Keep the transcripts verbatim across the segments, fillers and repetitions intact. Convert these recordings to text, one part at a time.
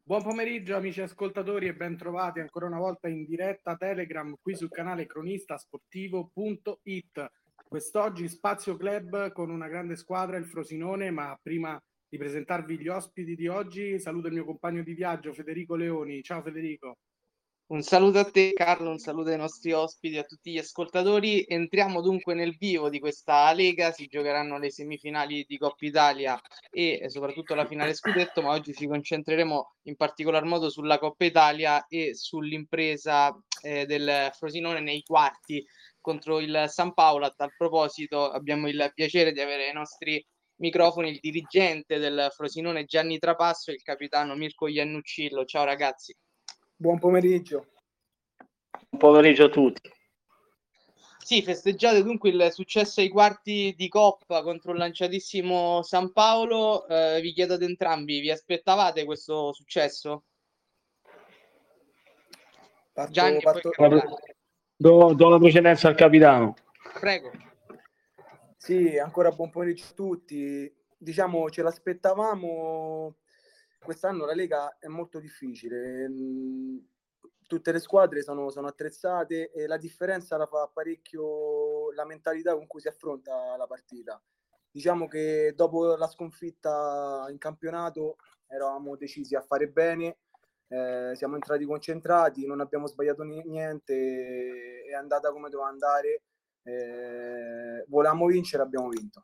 Buon pomeriggio amici ascoltatori e ben trovati ancora una volta in diretta Telegram qui sul canale cronistasportivo punto it. Quest'oggi Spazio Club con una grande squadra, il Frosinone, ma prima di presentarvi gli ospiti di oggi saluto il mio compagno di viaggio Federico Leoni. Ciao Federico. Un saluto a te Carlo, un saluto ai nostri ospiti, a tutti gli ascoltatori. Entriamo dunque nel vivo di questa Lega, si giocheranno le semifinali di Coppa Italia e soprattutto la finale scudetto, ma oggi ci concentreremo in particolar modo sulla Coppa Italia e sull'impresa eh, del Frosinone nei quarti contro il San Paolo. A tal proposito abbiamo il piacere di avere ai nostri microfoni il dirigente del Frosinone Gianni Trapasso e il capitano Mirko Iannuccillo. Ciao ragazzi. Buon pomeriggio. Buon pomeriggio a tutti. Sì, festeggiate dunque il successo ai quarti di Coppa contro il lanciatissimo San Paolo. Eh, vi chiedo ad entrambi, vi aspettavate questo successo? Parto, Gianni, parto... poi capitano. Do, do la precedenza al capitano. Prego. Sì, ancora buon pomeriggio a tutti. Diciamo, ce l'aspettavamo. Quest'anno la Lega è molto difficile. Tutte le squadre sono, sono attrezzate e la differenza la fa parecchio la mentalità con cui si affronta la partita. Diciamo che dopo la sconfitta in campionato eravamo decisi a fare bene, eh, siamo entrati concentrati, non abbiamo sbagliato niente, è andata come doveva andare, eh, volevamo vincere, abbiamo vinto.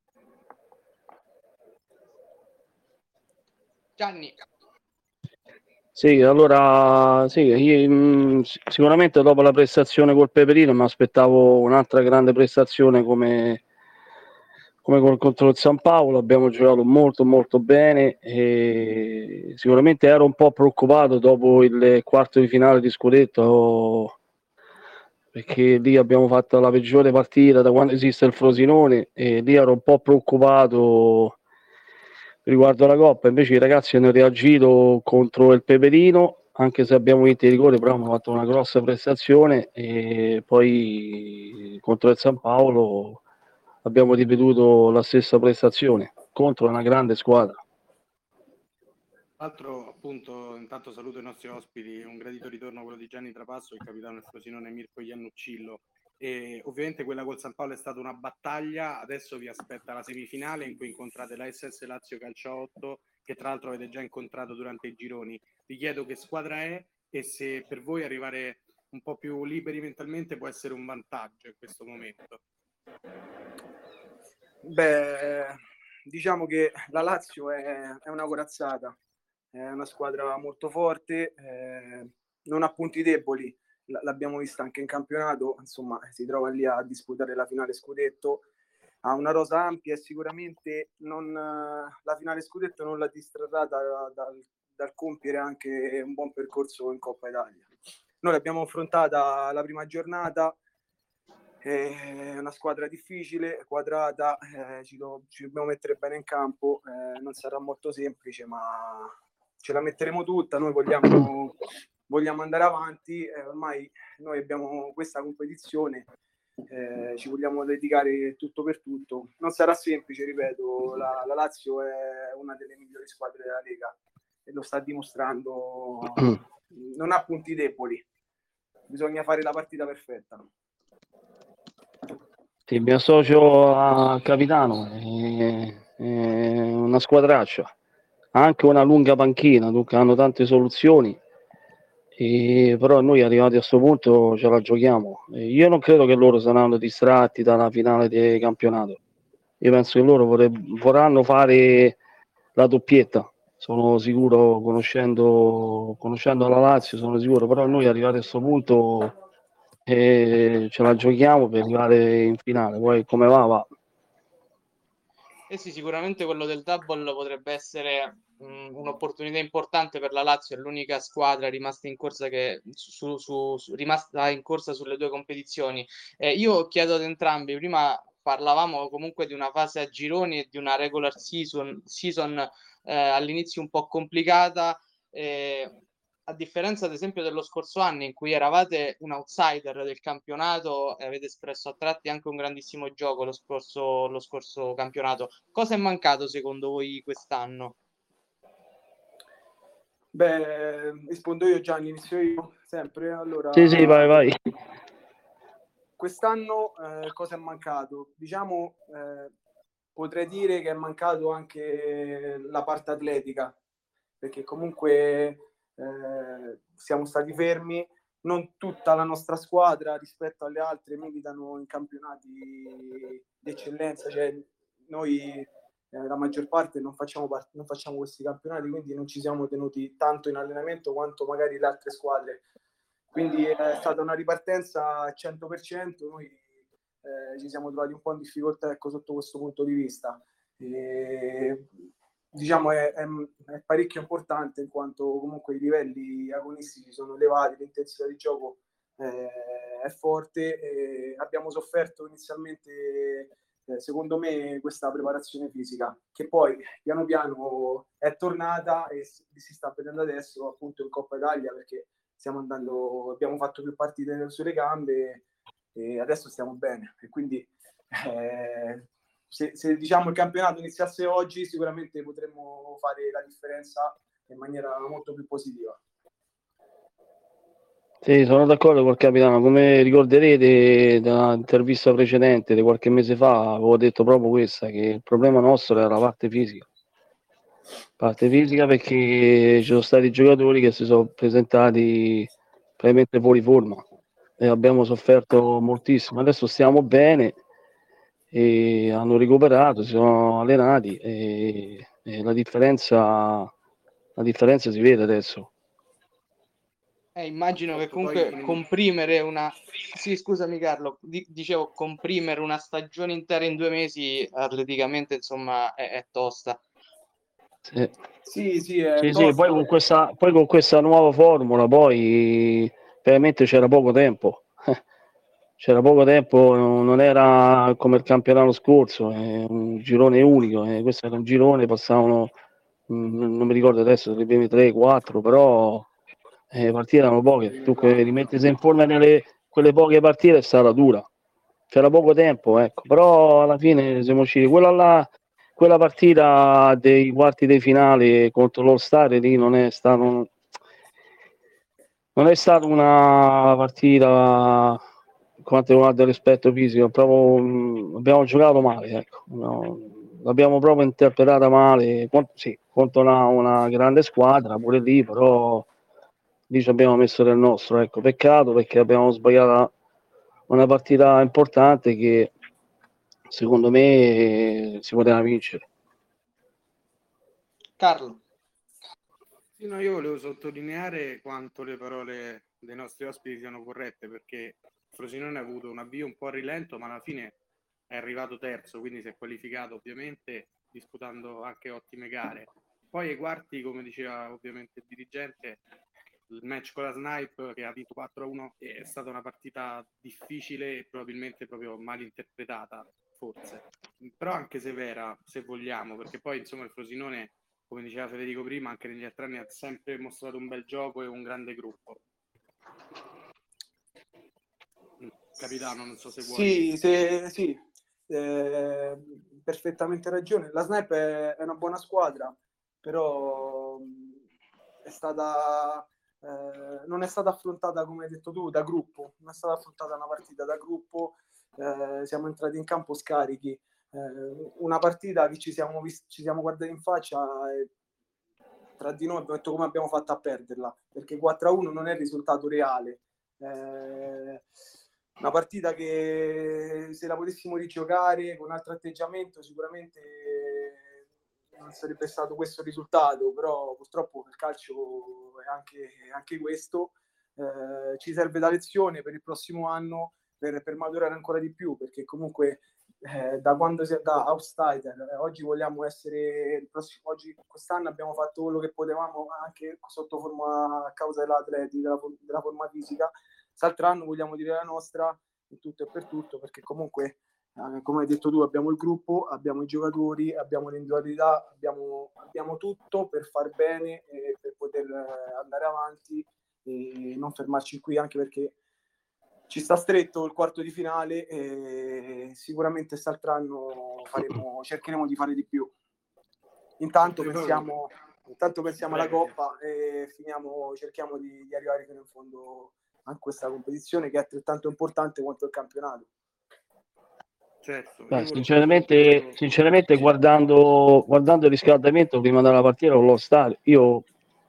Gianni. Sì, allora sì, io, mh, sicuramente dopo la prestazione col Peperino mi aspettavo un'altra grande prestazione come, come col, contro il San Paolo. Abbiamo giocato molto molto bene e sicuramente ero un po' preoccupato dopo il quarto di finale di scudetto, perché lì abbiamo fatto la peggiore partita da quando esiste il Frosinone e lì ero un po' preoccupato riguardo alla Coppa. Invece i ragazzi hanno reagito contro il Peperino, anche se abbiamo vinto i rigori, però hanno fatto una grossa prestazione e poi contro il San Paolo abbiamo ripetuto la stessa prestazione contro una grande squadra. Tra l'altro, appunto, intanto saluto i nostri ospiti, un gradito ritorno quello di Gianni Trapasso, il capitano del Frosinone Mirko Iannuccillo. E ovviamente quella col San Paolo è stata una battaglia, adesso vi aspetta la semifinale in cui incontrate la S S Lazio Calcio otto, che tra l'altro avete già incontrato durante i gironi. Vi chiedo che squadra è e se per voi arrivare un po' più liberi mentalmente può essere un vantaggio in questo momento. Beh, diciamo che la Lazio è, è una corazzata, è una squadra molto forte, eh, non ha punti deboli, L- l'abbiamo vista anche in campionato, insomma si trova lì a disputare la finale scudetto, ha una rosa ampia e sicuramente non, la finale scudetto non la distrarrà da, dal, dal compiere anche un buon percorso in Coppa Italia. Noi l'abbiamo affrontata la prima giornata, è una squadra difficile, quadrata, eh, ci, do, ci dobbiamo mettere bene in campo, eh, non sarà molto semplice, ma ce la metteremo tutta. Noi vogliamo, vogliamo andare avanti, eh, ormai noi abbiamo questa competizione, eh, ci vogliamo dedicare tutto per tutto. Non sarà semplice, ripeto, la, la Lazio è una delle migliori squadre della Lega e lo sta dimostrando, non ha punti deboli, bisogna fare la partita perfetta. Sì, mi associo al capitano, è, è una squadraccia, ha anche una lunga panchina, dunque hanno tante soluzioni, e, però noi arrivati a questo punto ce la giochiamo. E io non credo che loro saranno distratti dalla finale del campionato, io penso che loro vorreb- vorranno fare la doppietta, sono sicuro, conoscendo, conoscendo la Lazio, sono sicuro, però noi arrivati a questo punto e ce la giochiamo per arrivare in finale, poi come va va. Eh sì, sicuramente quello del double potrebbe essere mh, un'opportunità importante per la Lazio, è l'unica squadra rimasta in corsa che su, su, su- rimasta in corsa sulle due competizioni. Eh, io chiedo ad entrambi, prima parlavamo comunque di una fase a gironi e di una regular season, season eh, all'inizio un po' complicata. eh, A differenza ad esempio dello scorso anno in cui eravate un outsider del campionato e avete espresso a tratti anche un grandissimo gioco lo scorso, lo scorso campionato, cosa è mancato secondo voi quest'anno? Beh, rispondo io, Gianni, inizio io sempre. Allora, Sì, sì, vai, vai. Quest'anno eh, cosa è mancato? Diciamo, eh, potrei dire che è mancato anche la parte atletica, perché comunque eh, siamo stati fermi. Non tutta la nostra squadra rispetto alle altre militano in campionati di eccellenza, cioè noi eh, la maggior parte non facciamo, part- non facciamo questi campionati, quindi non ci siamo tenuti tanto in allenamento quanto magari le altre squadre. Quindi è stata una ripartenza al cento per cento, noi eh, ci siamo trovati un po' in difficoltà, ecco, sotto questo punto di vista. E, diciamo è, è, è parecchio importante, in quanto comunque i livelli agonistici sono elevati, l'intensità di gioco eh, è forte e abbiamo sofferto inizialmente, eh, secondo me, questa preparazione fisica, che poi piano piano è tornata e si, si sta vedendo adesso appunto in Coppa Italia, perché stiamo andando, abbiamo fatto più partite sulle gambe e adesso stiamo bene. E quindi eh, se, se diciamo il campionato iniziasse oggi, sicuramente potremmo fare la differenza in maniera molto più positiva. Sì, sono d'accordo col capitano. Come ricorderete dall'intervista precedente di qualche mese fa, avevo detto proprio questa, che il problema nostro era la parte fisica. Parte fisica perché ci sono stati giocatori che si sono presentati praticamente fuori forma e abbiamo sofferto moltissimo. Adesso stiamo bene e hanno recuperato, si sono allenati e, e la differenza, la differenza si vede adesso. Eh, immagino che comunque Poi... comprimere una... Sì, scusami Carlo, di- dicevo comprimere una stagione intera in due mesi atleticamente, insomma, è, è tosta. Sì. Sì, sì, è Sì, sì, tosta. poi con questa, poi con questa nuova formula, poi veramente c'era poco tempo. C'era poco tempo, non era come il campionato scorso, è un girone unico, e questo era un girone, passavano, mh, non mi ricordo adesso, le prime tre, quattro, però eh, le partite erano poche, tu che rimettersi in forma nelle quelle poche partite è stata dura, c'era poco tempo, ecco, però alla fine siamo usciti, quella là, quella partita dei quarti dei finali contro l'All Star lì non è stato, non è stata una partita quanto riguarda il rispetto fisico, proprio, mh, abbiamo giocato male, ecco. No, l'abbiamo proprio interpretata male, Con- sì, contro una, una grande squadra, pure lì, però lì ci abbiamo messo del nostro, ecco. Peccato perché abbiamo sbagliato una partita importante che secondo me si poteva vincere. Carlo. Sì, no, io volevo sottolineare quanto le parole dei nostri ospiti siano corrette, perché Frosinone ha avuto un avvio un po' a rilento, ma alla fine è arrivato terzo, quindi si è qualificato ovviamente disputando anche ottime gare. Poi ai quarti, come diceva ovviamente il dirigente, il match con la Snipe che ha vinto quattro a uno è stata una partita difficile e probabilmente proprio mal interpretata, forse, però anche severa, se vogliamo, perché poi insomma il Frosinone, come diceva Federico prima, anche negli altri anni ha sempre mostrato un bel gioco e un grande gruppo. Capitano, non so se vuoi... Sì, se, sì, eh, perfettamente ragione. La Snipe è, è una buona squadra, però mh, è stata, eh, non è stata affrontata, come hai detto tu, da gruppo. Non è stata affrontata una partita da gruppo. Eh, siamo entrati in campo scarichi. Eh, una partita che ci siamo, visti, ci siamo guardati in faccia e tra di noi abbiamo detto come abbiamo fatto a perderla, perché quattro a uno non è il risultato reale. Eh, una partita che se la potessimo rigiocare con un altro atteggiamento sicuramente non sarebbe stato questo il risultato, però purtroppo il calcio è anche, è anche questo. Eh, ci serve da lezione per il prossimo anno per, per maturare ancora di più, perché comunque eh, da quando si è da outsider eh, oggi vogliamo essere il prossimo, oggi quest'anno abbiamo fatto quello che potevamo anche sotto forma a causa dell'atletica, della, della forma fisica. Quest'altro anno vogliamo dire la nostra in tutto e per tutto, perché comunque eh, come hai detto tu abbiamo il gruppo, abbiamo i giocatori, abbiamo l'individualità, abbiamo, abbiamo tutto per far bene e per poter andare avanti e non fermarci qui, anche perché ci sta stretto il quarto di finale e sicuramente quest'altro anno faremo, cercheremo di fare di più. Intanto pensiamo, Intanto pensiamo alla Coppa e finiamo, cerchiamo di, di arrivare fino in fondo a questa competizione che è altrettanto importante quanto il campionato. Certo, Beh, io volevo sinceramente, soltanto- sinceramente guardando, guardando il riscaldamento prima della partita con lo stadio, io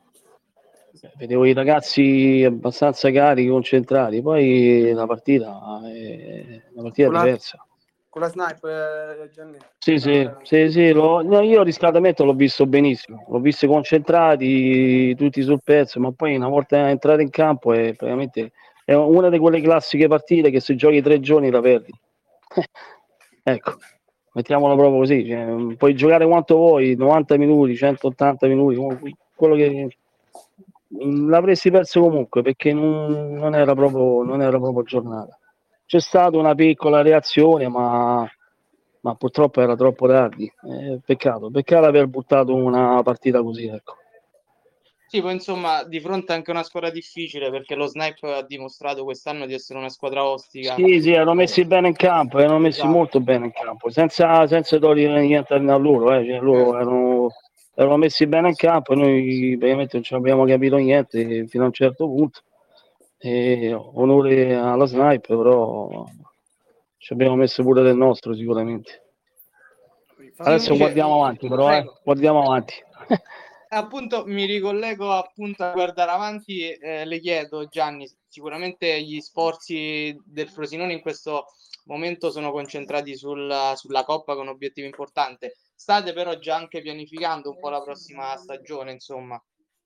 vedevo i ragazzi abbastanza carichi, concentrati, poi la partita è una partita Con la- diversa. Con la sniper, eh, Gianni. Sì, sì, sì, sì, lo- no, io il riscaldamento l'ho visto benissimo, l'ho visti concentrati, tutti sul pezzo, ma poi una volta entrati in campo è praticamente è una di quelle classiche partite che se giochi tre giorni la perdi. Ecco, mettiamola proprio così, cioè, puoi giocare quanto vuoi, novanta minuti, centottanta minuti, comunque, quello che l'avresti perso comunque perché non, non era proprio, non era proprio giornata. C'è stata una piccola reazione, ma, ma purtroppo era troppo tardi. Eh, peccato, peccato aver buttato una partita così, ecco. Sì, poi insomma, di fronte anche a una squadra difficile, perché lo Snipe ha dimostrato quest'anno di essere una squadra ostica. Sì, sì, erano messi bene in campo, erano messi Esatto. molto bene in campo, senza, senza togliere niente a loro, eh. Cioè, loro Eh. erano, erano messi bene in campo e noi praticamente non ci abbiamo capito niente fino a un certo punto. E onore alla Snipe, però ci abbiamo messo pure del nostro sicuramente. Infatti, Adesso invece- guardiamo avanti, però, eh. Prego. Guardiamo avanti. Appunto, mi ricollego appunto a guardare avanti e eh, le chiedo, Gianni, sicuramente gli sforzi del Frosinone in questo momento sono concentrati sulla, sulla Coppa con obiettivi importanti. State però già anche pianificando un po' la prossima stagione, insomma.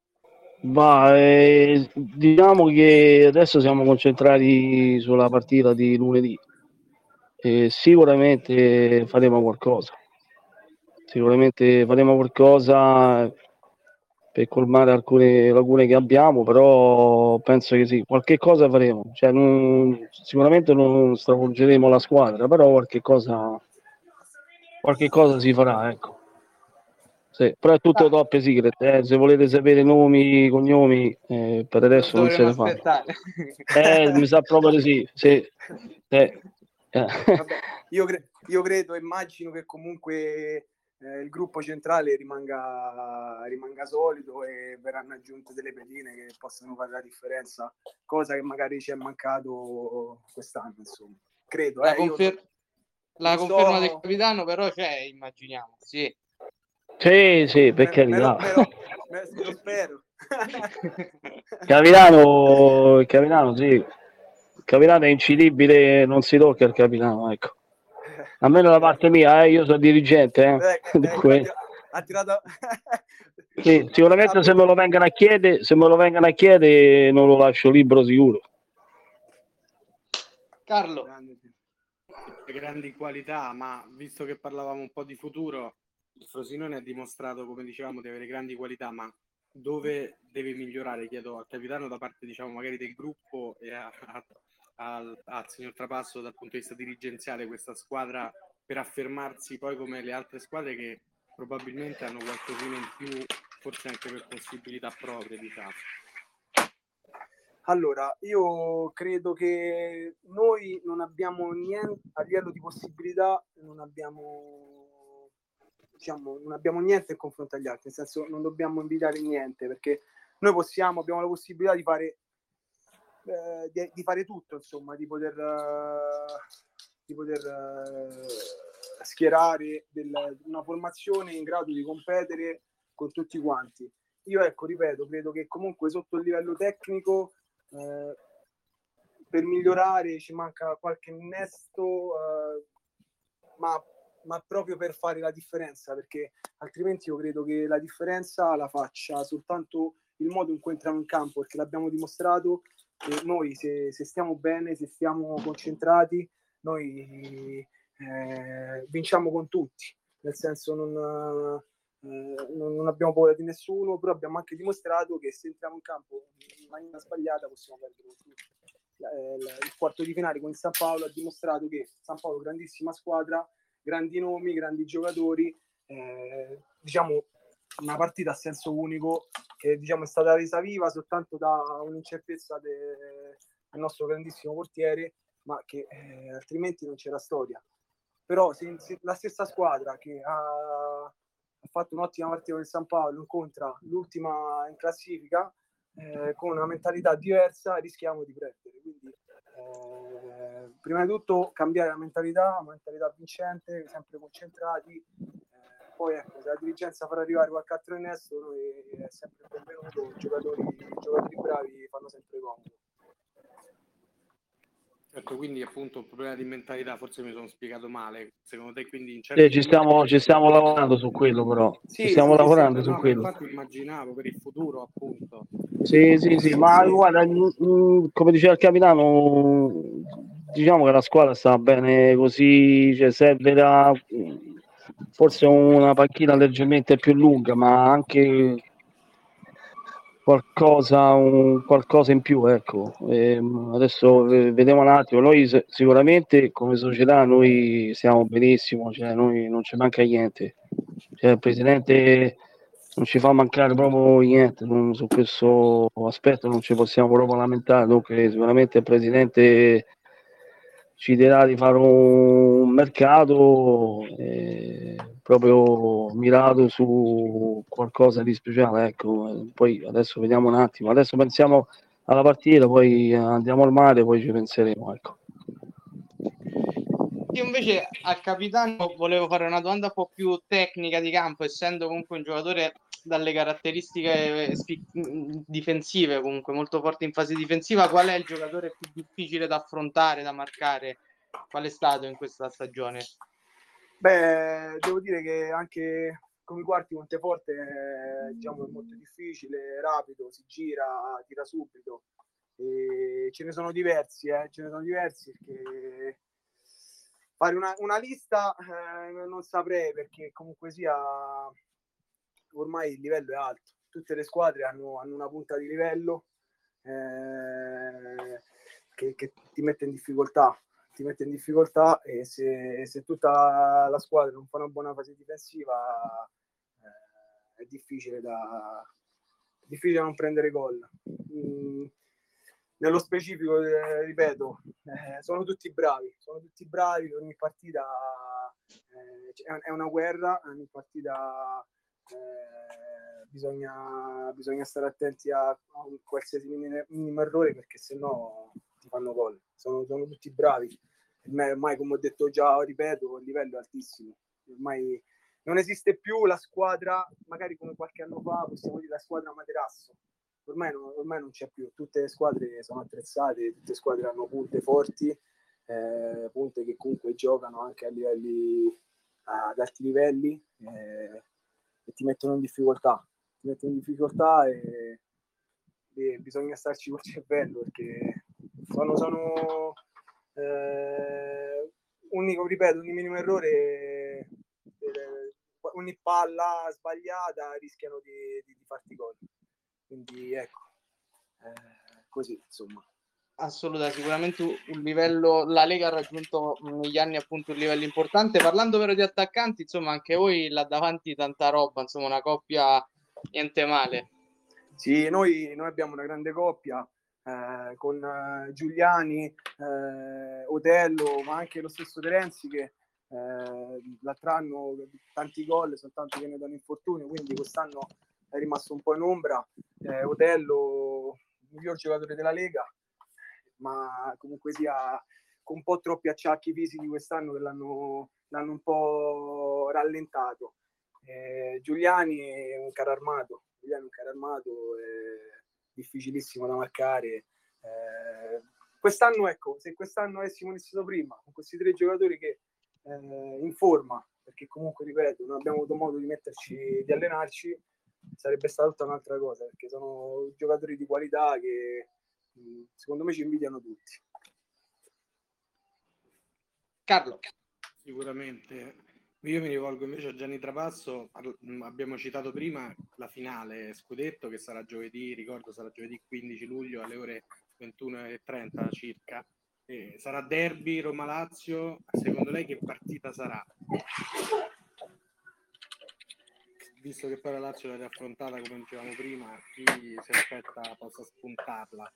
Ma eh, diciamo che adesso siamo concentrati sulla partita di lunedì e sicuramente faremo qualcosa. Sicuramente faremo qualcosa per colmare alcune lacune che abbiamo, però penso che sì, qualche cosa faremo. Cioè, non, sicuramente non stravolgeremo la squadra, però qualche cosa, qualche cosa si farà, ecco. Sì, però è tutto Ah, top secret, eh. Se volete sapere nomi, cognomi, eh, per adesso non se dovremo ne fanno. aspettare. Eh, mi sa proprio di sì, sì. Eh. Eh. Vabbè, io, cre- io credo, immagino che comunque eh, il gruppo centrale rimanga, rimanga solido e verranno aggiunte delle pedine che possano fare la differenza, cosa che magari ci è mancato quest'anno, insomma. Credo, La, eh, io confer- non- la non conferma sto- del capitano però c'è, immaginiamo, sì. Sì, sì, per me, me lo, carità. me lo- me- lo spero. Capitano, il capitano, sì. Il capitano è incidibile, non si tocca il capitano, ecco. Almeno da parte mia, eh, io sono dirigente, eh. Eh, eh, ecco, ha Dunque, tira- ha tirato... sì, sicuramente se me lo vengano a chiedere, se me lo vengano a chiedere non lo lascio libero sicuro. Carlo, grandi qualità, ma visto che parlavamo un po' di futuro, il Frosinone ha dimostrato, come dicevamo, di avere grandi qualità, ma dove deve migliorare? Chiedo al capitano da parte, diciamo, magari del gruppo e a, a, al, al signor Trapasso dal punto di vista dirigenziale questa squadra per affermarsi poi come le altre squadre che probabilmente hanno qualcosina in più, forse anche per possibilità proprie, diciamo. Allora, io credo che noi non abbiamo niente a livello di possibilità, non abbiamo, diciamo, non abbiamo niente in confronto agli altri, nel senso non dobbiamo invidiare niente, perché noi possiamo, abbiamo la possibilità di fare, eh, di, di fare tutto, insomma, di poter, uh, di poter uh, schierare del, una formazione in grado di competere con tutti quanti. Io, ecco, ripeto, credo che comunque sotto il livello tecnico Eh, per migliorare ci manca qualche innesto, eh, ma, ma proprio per fare la differenza, perché altrimenti io credo che la differenza la faccia soltanto il modo in cui entriamo in campo, perché l'abbiamo dimostrato che noi se, se stiamo bene, se stiamo concentrati, noi eh, vinciamo con tutti, nel senso non... Eh, non, non abbiamo paura di nessuno, però abbiamo anche dimostrato che se entriamo in campo in maniera sbagliata possiamo perdere tutti. Eh, il quarto di finale con il San Paolo ha dimostrato che San Paolo, grandissima squadra, grandi nomi, grandi giocatori, eh, diciamo una partita a senso unico che diciamo è stata resa viva soltanto da un'incertezza de, del nostro grandissimo portiere, ma che eh, altrimenti non c'era storia. Però se, se la stessa squadra che ha fatto un'ottima partita con il San Paolo, incontra l'ultima in classifica, eh, con una mentalità diversa rischiamo di perdere. Quindi eh, prima di tutto cambiare la mentalità, una mentalità vincente, sempre concentrati. Eh, poi ecco, se la dirigenza farà arrivare qualche altro innesto, noi è sempre benvenuto, i giocatori, i giocatori bravi fanno sempre comodo. Certo, quindi appunto un problema di mentalità, forse mi sono spiegato male. Secondo te quindi in certi Sì, ci stiamo, ci stiamo lavorando su quello, però Sì, ci stiamo sì, lavorando sì, su no, ma quello. infatti immaginavo per il futuro, appunto. Sì, sì, sì, ma Sì. guarda, mh, come diceva il capitano, diciamo che la squadra sta bene così, cioè serve da, forse una panchina leggermente più lunga, ma anche qualcosa, un, qualcosa in più, ecco. E adesso eh, vediamo un attimo. Noi s- sicuramente come società noi stiamo benissimo, cioè noi non ci manca niente. Cioè, il presidente non ci fa mancare proprio niente, non- su questo aspetto non ci possiamo proprio lamentare. Dunque, sicuramente il presidente ci dirà di fare un mercato eh, proprio mirato su qualcosa di speciale, ecco. Poi adesso vediamo un attimo, adesso pensiamo alla partita, poi andiamo al mare, poi ci penseremo, ecco. Io invece al capitano volevo fare una domanda un po' più tecnica di campo, essendo comunque un giocatore dalle caratteristiche spi- difensive, comunque molto forte in fase difensiva. Qual è il giocatore più difficile da affrontare, da marcare? Qual è stato in questa stagione? Beh, devo dire che anche come quarti Monteforte è, diciamo, è molto difficile, rapido, si gira, tira subito. E ce ne sono diversi, eh, ce ne sono diversi perché fare una, una lista eh, non saprei, perché comunque sia ormai il livello è alto, tutte le squadre hanno, hanno una punta di livello eh, che, che ti mette in difficoltà ti mette in difficoltà e se, se tutta la squadra non fa una buona fase difensiva eh, è difficile da è difficile non prendere gol. Mm, nello specifico eh, ripeto eh, sono tutti bravi sono tutti bravi ogni partita eh, è una guerra, ogni partita eh, bisogna, bisogna stare attenti a, a un qualsiasi minimo, minimo errore, perché sennò ti fanno gol. Sono, sono tutti bravi. Ormai, come ho detto già, ripeto, il livello è altissimo. Ormai non esiste più la squadra, magari come qualche anno fa, possiamo dire la squadra Materasso. Ormai non, ormai non c'è più. Tutte le squadre sono attrezzate, tutte le squadre hanno punte forti, eh, punte che comunque giocano anche a livelli ad alti livelli eh, e ti mettono in difficoltà. Ti mettono in difficoltà e, e bisogna starci col cervello, perché sono, sono eh, unico, ripeto, ogni minimo errore, eh, ogni palla sbagliata rischiano di, di, di farti gol. Quindi ecco, eh, così insomma. Assolutamente, sicuramente un livello, la Lega ha raggiunto negli anni appunto un livello importante. Parlando però di attaccanti, insomma, anche voi là davanti tanta roba, insomma, una coppia niente male. Sì, noi, noi abbiamo una grande coppia eh, con eh, Giuliani, eh, Otello, ma anche lo stesso Terenzi che eh, l'altro anno tanti gol, soltanto che ne danno infortunio, quindi quest'anno è rimasto un po' in ombra. Eh, Otello, il miglior giocatore della Lega, ma comunque sia con un po' troppi acciacchi fisici quest'anno che l'hanno, l'hanno un po' rallentato. Eh, Giuliani è un carro armato, Giuliani è un carro armato, è difficilissimo da marcare. Eh, quest'anno, ecco, se quest'anno avessimo iniziato prima con questi tre giocatori che eh, in forma, perché comunque, ripeto, non abbiamo avuto modo di metterci, di allenarci, sarebbe stata tutta un'altra cosa, perché sono giocatori di qualità che secondo me ci invidiano tutti. Carlo. Sicuramente. Io mi rivolgo invece a Gianni Trapasso. Abbiamo citato prima la finale scudetto che sarà giovedì, ricordo sarà giovedì quindici luglio alle ore ventuno e trenta circa. E sarà derby Roma-Lazio. Secondo lei che partita sarà? Visto che poi la Lazio l'ha riaffrontata come dicevamo prima, chi si aspetta possa spuntarla?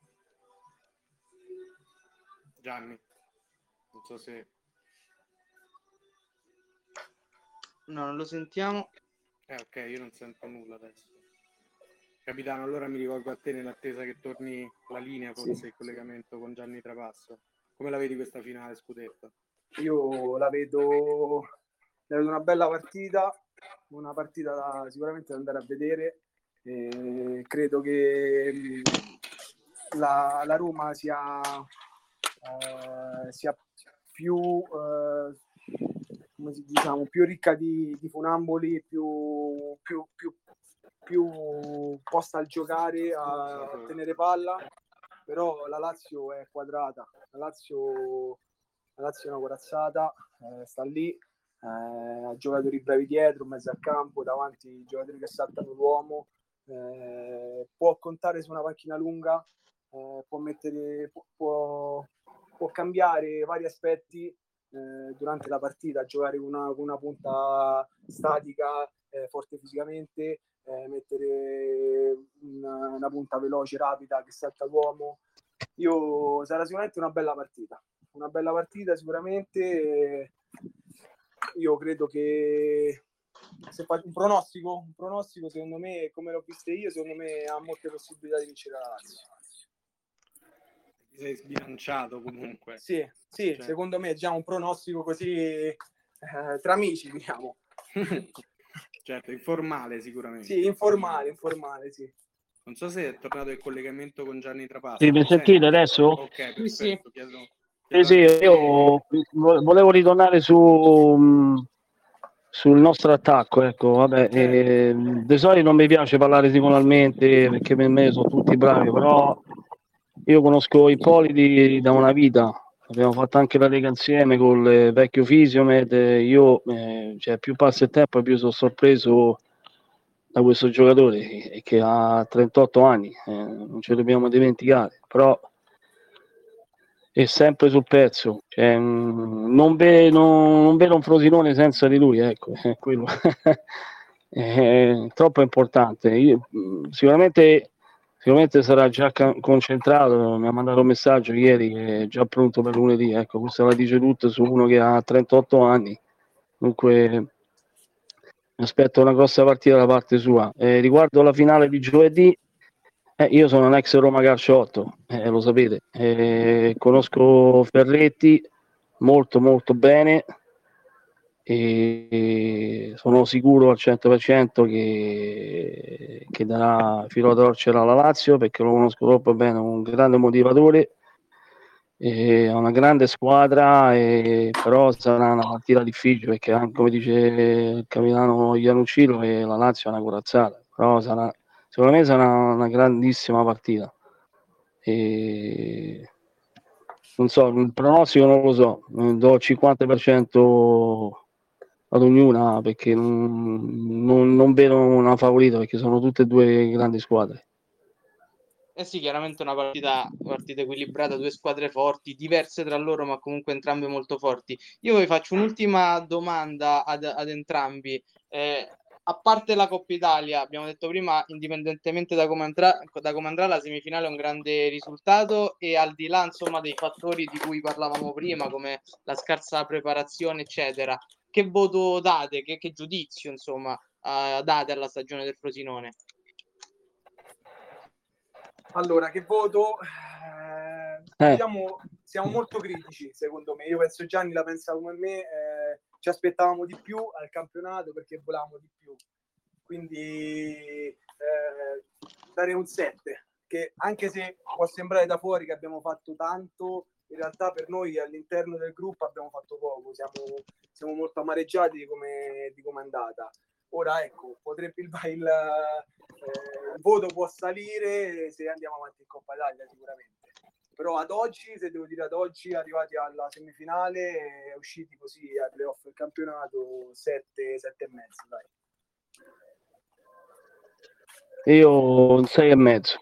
Gianni, non so se... No, non lo sentiamo. Eh, ok, io non sento nulla adesso. Capitano, allora mi rivolgo a te nell'attesa che torni la linea, forse Sì. il collegamento con Gianni Trapasso. Come la vedi questa finale scudetto? Io la vedo, la vedo una bella partita, una partita da, sicuramente da andare a vedere. E credo che mh, la, la Roma sia, eh, sia più, eh, come si, diciamo, più ricca di, di funamboli, più, più, più, più posta al giocare, a tenere palla, però la Lazio è quadrata. La Lazio, la Lazio è una corazzata, eh, sta lì, eh, ha giocatori bravi dietro, in mezzo al campo, davanti giocatori che saltano l'uomo, eh, può contare su una panchina lunga, eh, può, mettere, può, può cambiare vari aspetti eh, durante la partita, giocare con una, con una punta statica, eh, forte fisicamente, eh, mettere una, una punta veloce, rapida, che salta l'uomo. Io sarà sicuramente una bella partita, una bella partita sicuramente. Io credo che se faccio un pronostico, un pronostico secondo me, come l'ho vista io, secondo me ha molte possibilità di vincere la Lazio. Sei sbilanciato comunque. Sì, sì, cioè... secondo me è già un pronostico così eh, tra amici, diciamo. Certo, informale sicuramente. Sì, informale, informale, sì. Non so se è tornato il collegamento con Gianni Trapasso. Sì, mi sentite adesso? Ok, perfetto. Sì, sì. Chiedo, Sì, sì, io volevo ritornare su sul nostro attacco, ecco, vabbè, eh, di solito non mi piace parlare singolarmente perché per me sono tutti bravi, però io conosco Ippoliti da una vita, abbiamo fatto anche la Lega insieme con il vecchio Fisiomed, io, eh, cioè, più passa il tempo più sono sorpreso da questo giocatore che ha trentotto anni, eh, non ce lo dobbiamo dimenticare, però è sempre sul pezzo, cioè, non, ve, non, non vedo un Frosinone senza di lui, ecco, è quello. È troppo importante. Io, sicuramente, sicuramente sarà già concentrato, mi ha mandato un messaggio ieri che è già pronto per lunedì, ecco, questo la dice tutto su uno che ha trentotto anni, dunque mi aspetto una grossa partita da parte sua. Eh, riguardo la finale di giovedì, Eh, io sono un ex Roma Calcio otto, eh, lo sapete, eh, conosco Ferretti molto molto bene e sono sicuro al cento per cento che, che darà filo da torcere alla Lazio perché lo conosco troppo bene, è un grande motivatore, è una grande squadra, e, però sarà una partita difficile perché anche come dice il capitano Iannuccillo che la Lazio è una corazzata, però sarà secondo me sarà una grandissima partita. E non so, il pronostico non lo so, do il cinquanta per cento ad ognuna perché non, non, non vedo una favorita perché sono tutte e due grandi squadre. Eh sì, chiaramente una partita, partita equilibrata, due squadre forti, diverse tra loro, ma comunque entrambe molto forti. Io vi faccio un'ultima domanda ad, ad entrambi. Eh, a parte la Coppa Italia, abbiamo detto prima, indipendentemente da come, andrà, da come andrà la semifinale è un grande risultato e al di là, insomma, dei fattori di cui parlavamo prima, come la scarsa preparazione, eccetera, che voto date, che, che giudizio, insomma, uh, date alla stagione del Frosinone? Allora, che voto? Eh, diciamo, siamo molto critici, secondo me. Io penso Gianni la pensa come me. Eh, ci aspettavamo di più al campionato perché volevamo di più. Quindi eh, dare un sette, che anche se può sembrare da fuori che abbiamo fatto tanto, in realtà per noi all'interno del gruppo abbiamo fatto poco. Siamo, siamo molto amareggiati di come, di come è andata. Ora ecco, potrebbe il, il, eh, il voto può salire se andiamo avanti in Coppa Italia sicuramente, però ad oggi, se devo dire ad oggi, arrivati alla semifinale, usciti così ai playoff del campionato, sette, sette e mezzo, dai. Io un sei e mezzo.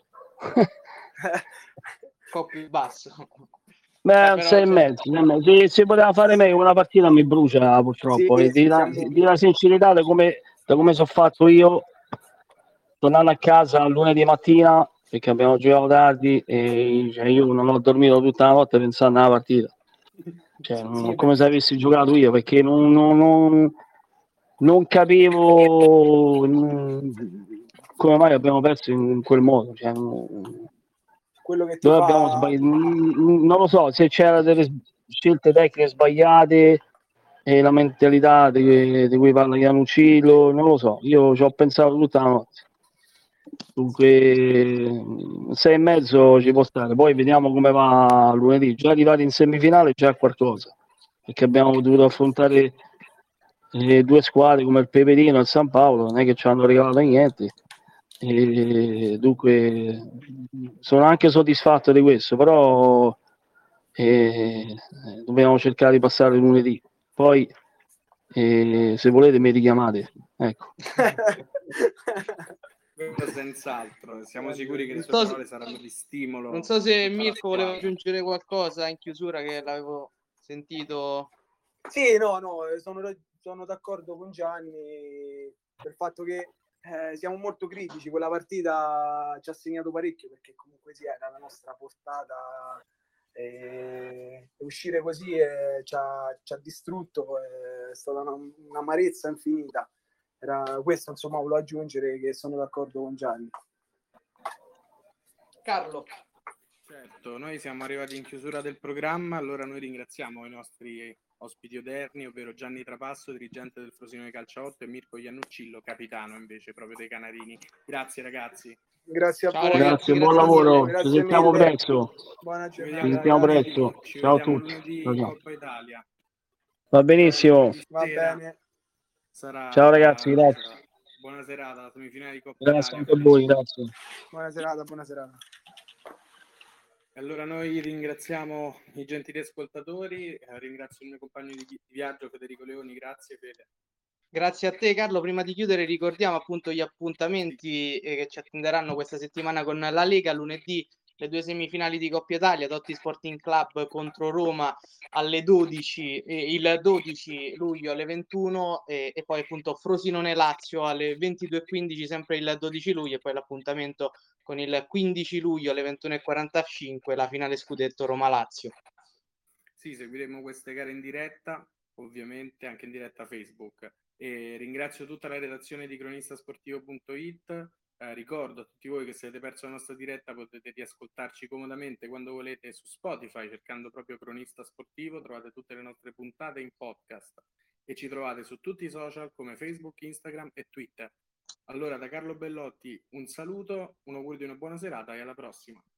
Un po' più basso. Beh, un sei e mezzo. Se si poteva fare meglio, una partita mi brucia purtroppo. Sì, e sì, di, la, siamo... di la sincerità, da come, da come sono fatto io, tornando a casa lunedì mattina, perché abbiamo giocato tardi, e cioè, io non ho dormito tutta la notte pensando alla partita. Cioè, sì, non, sì, come se avessi giocato io, perché non, non, non, non capivo mh, come mai abbiamo perso in, in quel modo. Cioè, mh, Quello che ti dove fa... abbiamo sbagliato, non lo so se c'era delle scelte tecniche sbagliate e la mentalità di, di cui parla Ianucillo, non lo so, io ci ho pensato tutta la notte. Dunque sei e mezzo ci può stare, poi vediamo come va lunedì. Già arrivati in semifinale già è qualcosa, perché abbiamo dovuto affrontare le due squadre come il Peperino e il San Paolo, non è che ci hanno regalato niente. E dunque sono anche soddisfatto di questo, però eh, dobbiamo cercare di passare lunedì. Poi eh, se volete mi richiamate, ecco. Senz'altro, siamo sicuri che le Non sue so se- parole saranno di stimolo. Non so per se tutta la Mirko voleva squadra. aggiungere qualcosa in chiusura, che l'avevo sentito. Sì, no, no, sono, sono d'accordo con Gianni per il fatto che eh, siamo molto critici. Quella partita ci ha segnato parecchio, perché comunque sì, era la nostra portata, e uscire così eh, ci, ha, ci ha distrutto, è stata una, un'amarezza infinita. Era questo, insomma, volevo aggiungere che sono d'accordo con Gianni. Carlo. Certo, noi siamo arrivati in chiusura del programma, allora noi ringraziamo i nostri ospiti odierni, ovvero Gianni Trapasso, dirigente del Frosinone Calcio otto, e Mirko Iannuccillo, capitano invece proprio dei Canarini. Grazie ragazzi. Grazie a Ciao, voi. ragazzi, Grazie, buon grazie lavoro, mille. ci sentiamo mille. presto. Buona Ci giornata. Ci vediamo sentiamo lunedì, presto. ci Ciao a vediamo tutti. lunedì Ciao, in ciao. Coppa Italia. Va benissimo. Va bene. Sarà, Ciao ragazzi, grazie. sarà- buona serata, semifinale di Coppa Grazie Italia. anche a voi, grazie. Buona serata, buona serata. Allora noi ringraziamo i gentili ascoltatori, eh, ringrazio il mio compagno di, di viaggio Federico Leoni, grazie Fede. Grazie a te Carlo, prima di chiudere ricordiamo appunto gli appuntamenti eh, che ci attenderanno questa settimana con la Lega. Lunedì le due semifinali di Coppa Italia, Totti Sporting Club contro Roma alle dodici, eh, il dodici luglio alle ventuno, eh, e poi appunto Frosinone Lazio alle ventidue e quindici sempre il dodici luglio, e poi l'appuntamento con il quindici luglio alle ventuno e quarantacinque la finale scudetto Roma Lazio. Sì, seguiremo queste gare in diretta, ovviamente anche in diretta Facebook. E ringrazio tutta la redazione di cronistasportivo punto it. Eh, ricordo a tutti voi che se avete perso la nostra diretta potete riascoltarci comodamente quando volete su Spotify, cercando proprio Cronista Sportivo, trovate tutte le nostre puntate in podcast e ci trovate su tutti i social come Facebook, Instagram e Twitter. Allora da Carlo Bellotti un saluto, un augurio di una buona serata e alla prossima.